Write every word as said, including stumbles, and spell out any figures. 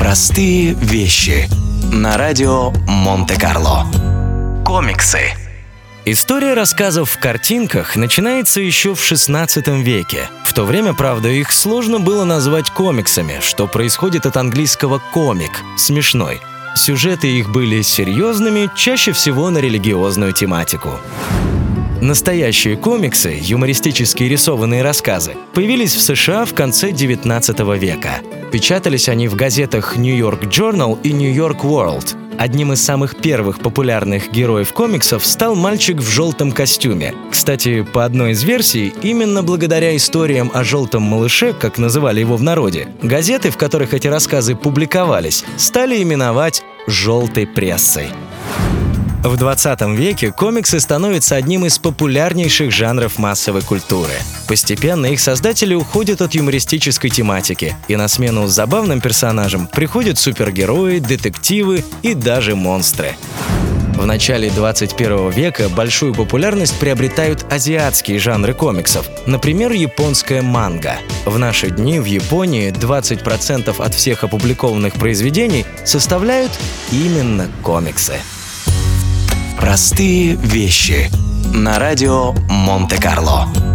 Простые вещи. На радио Монте-Карло. Комиксы. История рассказов в картинках начинается еще в шестнадцатом веке. В то время, правда, их сложно было назвать комиксами, что происходит от английского «комик» – «смешной». Сюжеты их были серьезными, чаще всего на религиозную тематику. Настоящие комиксы, юмористические рисованные рассказы, появились в США в конце девятнадцатого века. Печатались они в газетах New York Journal и New York World. Одним из самых первых популярных героев комиксов стал мальчик в желтом костюме. Кстати, по одной из версий, именно благодаря историям о желтом малыше, как называли его в народе, газеты, в которых эти рассказы публиковались, стали именовать «желтой прессой». В двадцатом веке комиксы становятся одним из популярнейших жанров массовой культуры. Постепенно их создатели уходят от юмористической тематики, и на смену забавным персонажам приходят супергерои, детективы и даже монстры. В начале двадцать первого века большую популярность приобретают азиатские жанры комиксов, например, японская манга. В наши дни в Японии двадцать процентов от всех опубликованных произведений составляют именно комиксы. Простые вещи. На радио Монте-Карло.